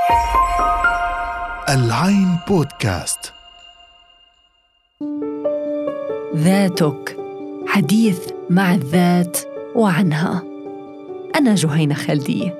العين بودكاست. ذاتك، حديث مع الذات وعنها. أنا جهينة خالدية.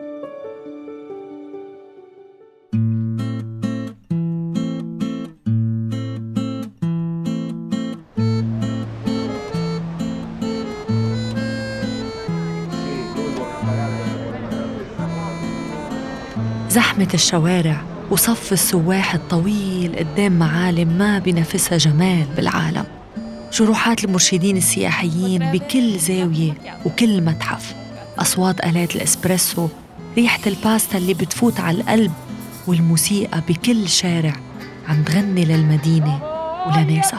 زحمة الشوارع وصف السواح الطويل قدام معالم ما بنفسها جمال بالعالم، شروحات المرشدين السياحيين بكل زاوية وكل متحف، أصوات آلات الإسبريسو، ريحة الباستا اللي بتفوت على القلب، والموسيقى بكل شارع عم تغني للمدينة ولناسها.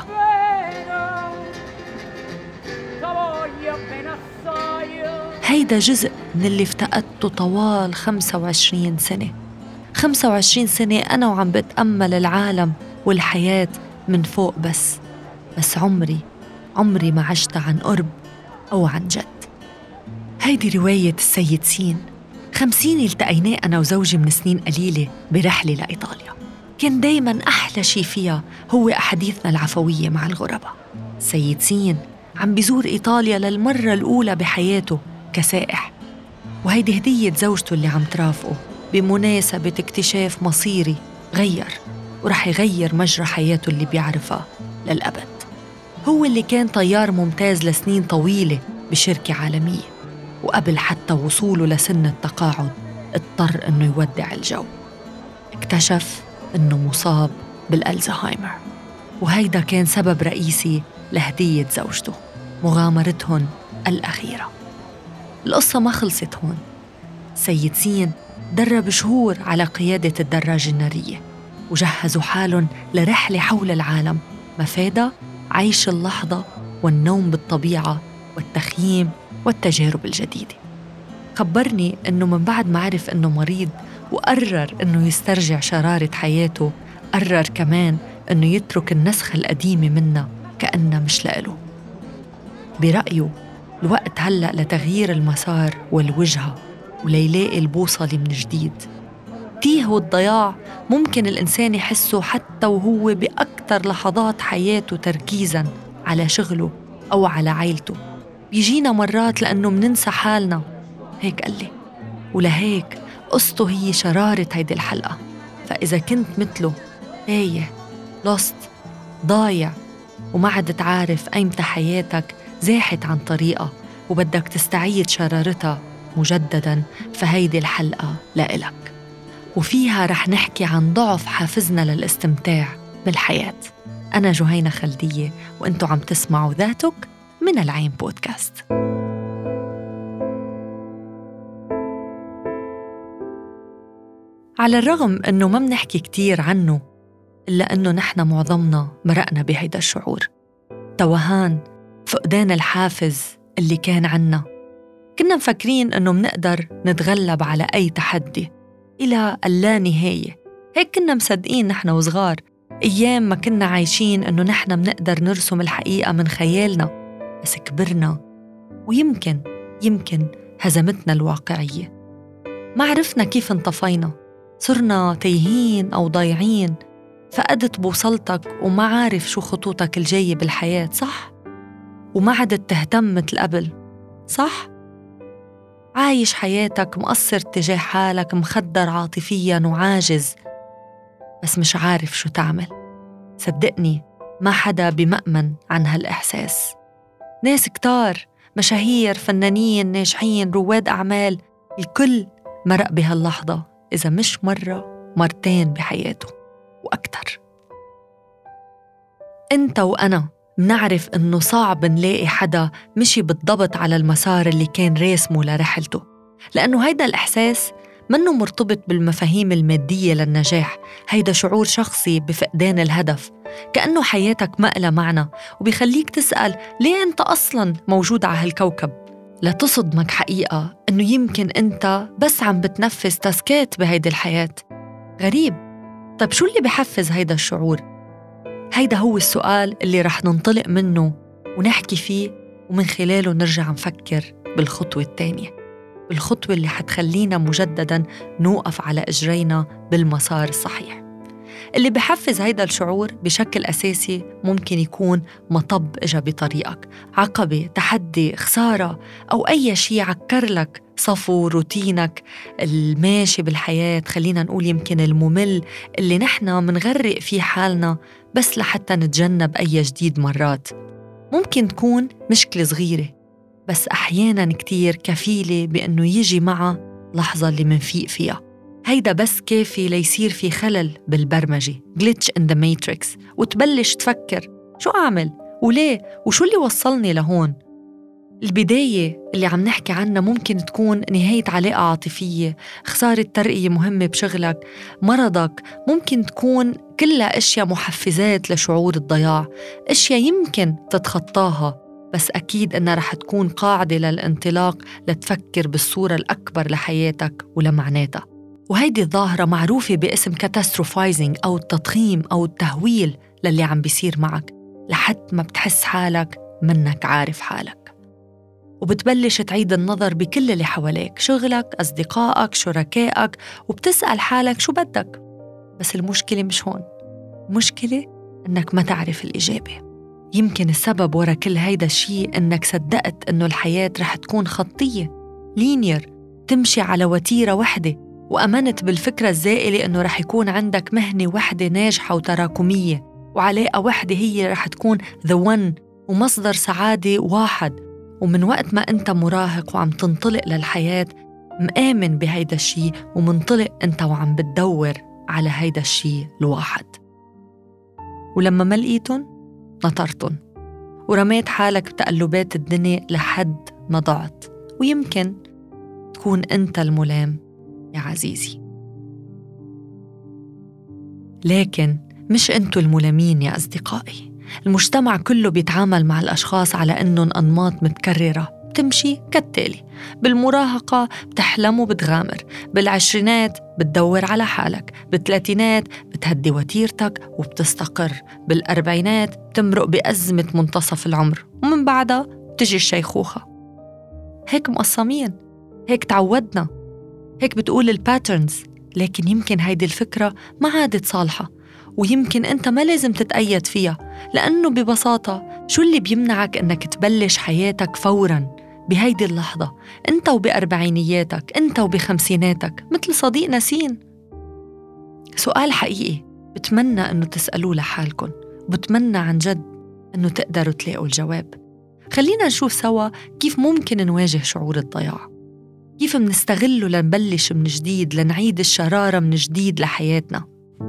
هيدا جزء من اللي افتقدته طوال 25 سنة. 25 سنة أنا وعم بتأمل العالم والحياة من فوق بس عمري ما عشت عن قرب أو عن جد. هيدي رواية السيد سين. 50 التقيناه أنا وزوجي من سنين قليلة برحلة لإيطاليا. كان دايماً أحلى شي فيها هو أحاديثنا العفوية مع الغرباء. السيد سين عم بيزور إيطاليا للمرة الأولى بحياته كسائح، وهيدي هدية زوجته اللي عم ترافقه بمناسبة اكتشاف مصيري غير ورح يغير مجرى حياته اللي بيعرفها للأبد. هو اللي كان طيار ممتاز لسنين طويلة بشركة عالمية، وقبل حتى وصوله لسن التقاعد اضطر إنه يودع الجو. اكتشف إنه مصاب بالألزهايمر، وهيدا كان سبب رئيسي لهدية زوجته، مغامرتهم الأخيرة. القصة ما خلصت هون. سيد سين درب شهور على قيادة الدراجة النارية، وجهزوا حالهم لرحلة حول العالم مفادها عيش اللحظة والنوم بالطبيعة والتخييم والتجارب الجديدة. خبرني إنه من بعد ما عرف إنه مريض وقرر إنه يسترجع شرارة حياته، قرر كمان إنه يترك النسخة القديمة منها كأنها مش لإله. برأيه الوقت هلأ لتغيير المسار والوجهة وليلاقي البوصلة من جديد. تيه والضياع ممكن الإنسان يحسه حتى وهو بأكثر لحظات حياته تركيزاً على شغله أو على عائلته. بيجينا مرات لأنه مننسى حالنا، هيك قال لي. ولهيك قصته هي شرارة هيدي الحلقة. فإذا كنت مثله تايه، لوست، ضايع، وما عدت عارف أيمتى حياتك زاحت عن طريقة وبدك تستعيد شرارتها مجدداً، فهيدي الحلقة لإلك. وفيها رح نحكي عن ضعف حافزنا للاستمتاع بالحياة. أنا جهينة خالدية، وأنتو عم تسمعوا ذاتك من العين بودكاست. على الرغم أنه ما منحكي كتير عنه، إلا أنه نحن معظمنا مرقنا بهيدا الشعور. توهان، فقدان الحافز اللي كان عنا. كنا مفكرين أنه منقدر نتغلب على أي تحدي إلى اللانهاية. هيك كنا مصدقين نحن وصغار، أيام ما كنا عايشين أنه نحن منقدر نرسم الحقيقة من خيالنا. بس كبرنا ويمكن هزمتنا الواقعية. ما عرفنا كيف انطفينا، صرنا تايهين أو ضايعين. فقدت بوصلتك وما عارف شو خطوتك الجاية بالحياة، صح؟ وما عدت تهتم مثل قبل، صح؟ عايش حياتك مقصر تجاه حالك، مخدر عاطفياً وعاجز، بس مش عارف شو تعمل. صدقني ما حدا بمأمن عن هالإحساس. ناس كتار، مشاهير، فنانين، ناجحين، رواد أعمال، الكل مرق بهاللحظة، إذا مش مرة مرتين بحياته وأكتر. أنت وأنا منعرف إنه صعب نلاقي حدا مشي بالضبط على المسار اللي كان راسمه لرحلته، لأنه هيدا الإحساس منه مرتبط بالمفاهيم المادية للنجاح. هيدا شعور شخصي بفقدان الهدف، كأنه حياتك ما إلها معنى، وبيخليك تسأل ليه أنت أصلاً موجود على هالكوكب. لا تصدمك حقيقة إنه يمكن أنت بس عم بتنفذ تاسكات بهيدي الحياة. غريب. طيب شو اللي بحفز هيدا الشعور؟ هيدا هو السؤال اللي رح ننطلق منه ونحكي فيه، ومن خلاله نرجع نفكر بالخطوة الثانية. بالخطوة اللي حتخلينا مجدداً نوقف على إجرينا بالمسار الصحيح. اللي بحفز هيدا الشعور بشكل أساسي ممكن يكون مطب إجا بطريقك، عقبة، تحدي، خسارة، أو أي شيء عكر لك صفو روتينك الماشي بالحياة، خلينا نقول يمكن الممل اللي نحنا منغرق فيه حالنا بس لحتى نتجنب أي جديد مرات. ممكن تكون مشكلة صغيرة بس أحياناً كتير كفيلة بأنه يجي معها لحظة اللي منفيق فيها. هيدا بس كافي ليصير في خلل بالبرمجة، glitch in the matrix، وتبلش تفكر شو أعمل وليه وشو اللي وصلني لهون. البداية اللي عم نحكي عنها ممكن تكون نهاية علاقة عاطفية، خسارة ترقية مهمة بشغلك، مرضك، ممكن تكون كلها أشياء محفزات لشعور الضياع، أشياء يمكن تتخطاها بس أكيد أنها رح تكون قاعدة للانطلاق لتفكر بالصورة الأكبر لحياتك ولمعناتها. وهيدي الظاهرة معروفة باسم catastrophizing أو التضخيم أو التهويل للي عم بيصير معك لحد ما بتحس حالك منك عارف حالك، وبتبلش تعيد النظر بكل اللي حواليك، شغلك، أصدقائك، شركائك، وبتسأل حالك شو بدك. بس المشكلة مش هون، المشكلة إنك ما تعرف الإجابة. يمكن السبب ورا كل هيدا الشيء إنك صدقت إنه الحياة رح تكون خطية لينير، تمشي على وتيرة واحدة، وأمنت بالفكرة الزائلة إنه رح يكون عندك مهنة واحدة ناجحة وتراكمية، وعلاقة واحدة هي رح تكون the one ومصدر سعادة واحد. ومن وقت ما أنت مراهق وعم تنطلق للحياة مآمن بهيدا الشيء، ومنطلق أنت وعم بتدور على هيدا الشيء الواحد، ولما ما لقيتن نطرتن ورميت حالك بتقلبات الدنيا لحد ما ضعت. ويمكن تكون أنت الملام يا عزيزي، لكن مش أنتوا الملامين يا أصدقائي. المجتمع كله بيتعامل مع الأشخاص على أنهم أنماط متكررة بتمشي كالتالي: بالمراهقة بتحلم وبتغامر، بالعشرينات بتدور على حالك، بالثلاثينات بتهدي وتيرتك وبتستقر، بالأربعينات بتمرق بأزمة منتصف العمر، ومن بعدها بتجي الشيخوخة. هيك مقسمين، هيك تعودنا، هيك بتقول الباترنز. لكن يمكن هيدي الفكرة ما عادت صالحة، ويمكن أنت ما لازم تتأيد فيها، لأنه ببساطة شو اللي بيمنعك أنك تبلش حياتك فوراً بهيدي اللحظة، أنت وبأربعينياتك، أنت وبخمسيناتك، مثل صديق نسين؟ سؤال حقيقي بتمنى أنه تسألوه لحالكن، وبتمنى عن جد أنه تقدروا تلاقوا الجواب. خلينا نشوف سوا كيف ممكن نواجه شعور الضياع، كيف منستغله لنبلش من جديد، لنعيد الشرارة من جديد لحياتنا.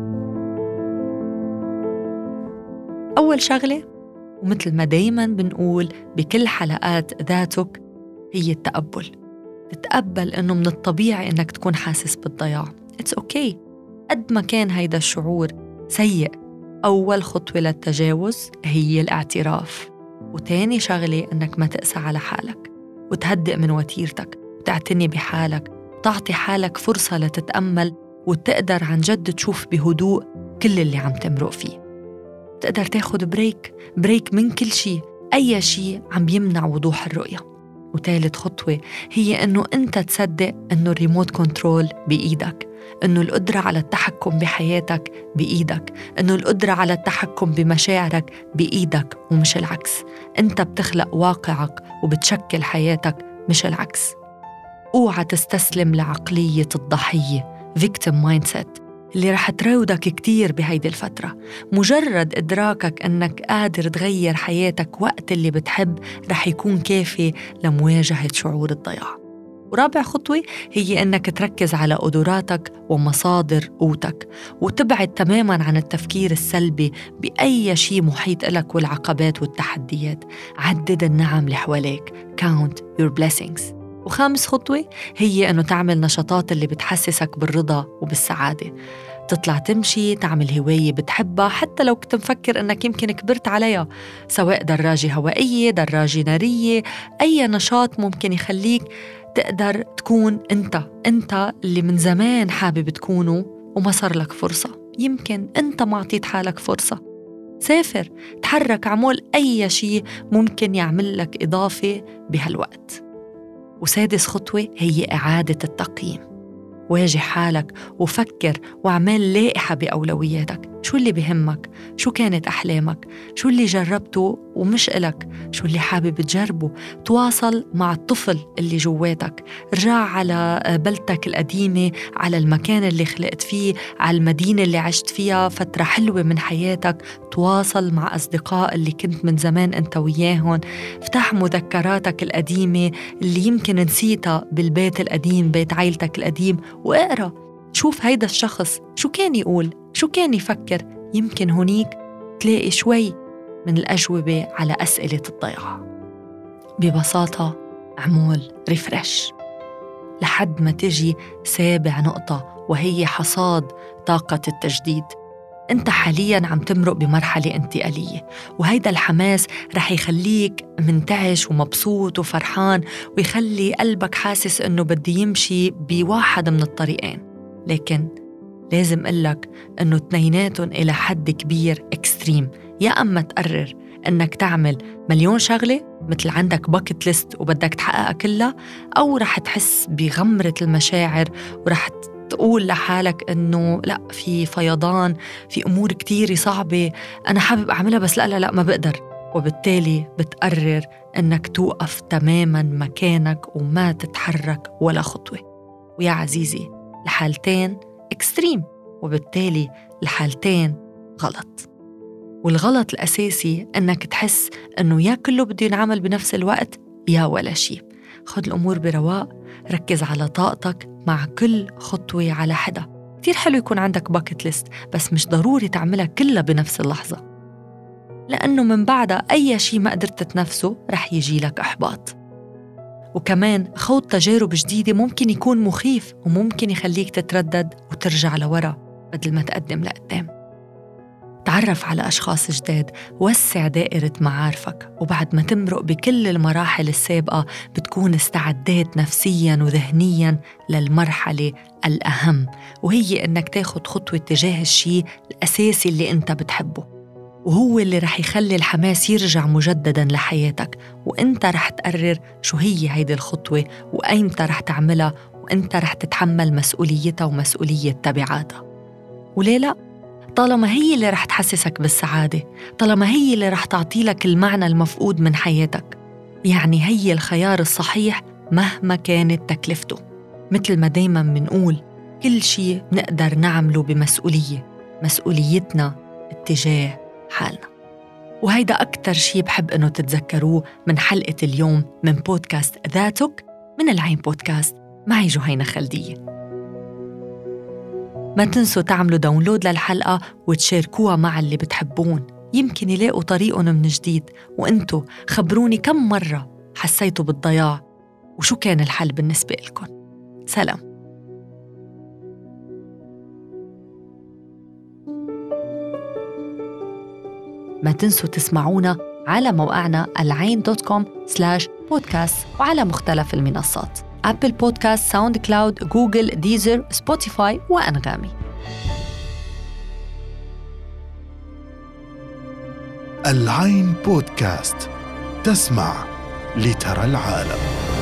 أول شغلة، ومثل ما دايماً بنقول بكل حلقات ذاتك، هي التقبل. تتقبل إنه من الطبيعي إنك تكون حاسس بالضياع. It's okay. قد ما كان هيدا الشعور سيء، أول خطوة للتجاوز هي الاعتراف. وتاني شغلة إنك ما تقسى على حالك، وتهدئ من وتيرتك، وتعتني بحالك، وتعطي حالك فرصة لتتأمل، وتقدر عن جد تشوف بهدوء كل اللي عم تمرق فيه. تقدر تاخد بريك من كل شيء، أي شيء عم بيمنع وضوح الرؤية. وثالث خطوة هي أنه أنت تصدق أنه الريموت كنترول بإيدك، أنه القدرة على التحكم بحياتك بإيدك، أنه القدرة على التحكم بمشاعرك بإيدك ومش العكس. أنت بتخلق واقعك وبتشكل حياتك مش العكس. اوعى تستسلم لعقلية الضحية victim mindset اللي رح تراودك كتير بهيدي الفترة. مجرد إدراكك أنك قادر تغير حياتك وقت اللي بتحب رح يكون كافي لمواجهة شعور الضياع. ورابع خطوة هي أنك تركز على قدراتك ومصادر قوتك، وتبعد تماماً عن التفكير السلبي بأي شيء محيط لك والعقبات والتحديات. عدد النعم اللي حواليك، count your blessings. وخامس خطوة هي أنه تعمل نشاطات اللي بتحسسك بالرضا وبالسعادة. تطلع تمشي، تعمل هواية بتحبها حتى لو كنت مفكر أنك يمكن كبرت عليها، سواء دراجة هوائية، دراجة نارية، أي نشاط ممكن يخليك تقدر تكون أنت اللي من زمان حابب تكونه وما صار لك فرصة. يمكن أنت ما عطيت حالك فرصة. سافر، تحرك، عمول أي شيء ممكن يعمل لك إضافة بهالوقت. وسادس خطوة هي إعادة التقييم. واجه حالك وفكر واعمل لائحة بأولوياتك. شو اللي بهمك؟ شو كانت أحلامك؟ شو اللي جربته ومش إلك؟ شو اللي حابب تجربه؟ تواصل مع الطفل اللي جواتك. رجع على بلدتك القديمة، على المكان اللي خلقت فيه، على المدينة اللي عشت فيها فترة حلوة من حياتك. تواصل مع أصدقاء اللي كنت من زمان أنت وياهن. افتح مذكراتك القديمة اللي يمكن نسيتها بالبيت القديم، بيت عائلتك القديم، واقرأ. شوف هيدا الشخص شو كان يقول، شو كان يفكر. يمكن هنيك تلاقي شوي من الأجوبة على أسئلة الضياع. ببساطة اعمل ريفرش لحد ما تجي سابع نقطة، وهي حصاد طاقة التجديد. انت حالياً عم تمرق بمرحلة انتقالية، وهيدا الحماس رح يخليك منتعش ومبسوط وفرحان، ويخلي قلبك حاسس انه بدي يمشي بواحد من الطريقين. لكن لازم قلك انه اتنيناتهم الى حد كبير اكستريم. يا اما تقرر انك تعمل مليون شغلة مثل عندك باكت ليست وبدك تحققها كلها، او رح تحس بغمرة المشاعر ورح تقول لحالك إنه لا، في فيضان، في أمور كتير صعبة أنا حابب أعملها بس لا ما بقدر. وبالتالي بتقرر إنك توقف تماماً مكانك وما تتحرك ولا خطوة. ويا عزيزي، الحالتين إكستريم، وبالتالي الحالتين غلط. والغلط الأساسي إنك تحس إنه يا كله بده ينعمل بنفس الوقت يا ولا شيء. خد الأمور برواق، ركز على طاقتك مع كل خطوة على حدة. كتير حلو يكون عندك باكت ليست، بس مش ضروري تعملها كلها بنفس اللحظة، لأنه من بعدها أي شيء ما قدرت تنفسه رح يجي لك إحباط. وكمان خوض تجارب جديدة ممكن يكون مخيف، وممكن يخليك تتردد وترجع لورا بدل ما تقدم لقدام. تعرف على أشخاص جداد، وسع دائرة معارفك، وبعد ما تمرق بكل المراحل السابقة بتكون استعدت نفسياً وذهنياً للمرحلة الأهم، وهي إنك تاخد خطوة تجاه الشيء الأساسي اللي أنت بتحبه، وهو اللي رح يخلي الحماس يرجع مجدداً لحياتك. وأنت رح تقرر شو هي هيدي الخطوة وأيمتى رح تعملها، وأنت رح تتحمل مسؤوليتها ومسؤولية تبعاتها. وليه لا؟ طالما هي اللي رح تحسسك بالسعادة، طالما هي اللي رح تعطيلك المعنى المفقود من حياتك، يعني هي الخيار الصحيح مهما كانت تكلفته. مثل ما دايما منقول، كل شيء نقدر نعمله بمسؤولية، مسؤوليتنا اتجاه حالنا. وهيدا أكتر شيء بحب أنه تتذكروه من حلقة اليوم من بودكاست ذاتك من العين بودكاست معي جهينة خلدية. ما تنسوا تعملوا داونلود للحلقة وتشاركوها مع اللي بتحبون، يمكن يلاقوا طريقهم من جديد. وانتوا خبروني كم مرة حسيتوا بالضياع وشو كان الحل بالنسبة لكم. سلام. ما تنسوا تسمعونا على موقعنا العين.com/podcast وعلى مختلف المنصات: أبل بودكاست، ساوند كلاود، جوجل، ديزر، سبوتيفاي وأنغامي. العين بودكاست، تسمع لترى العالم.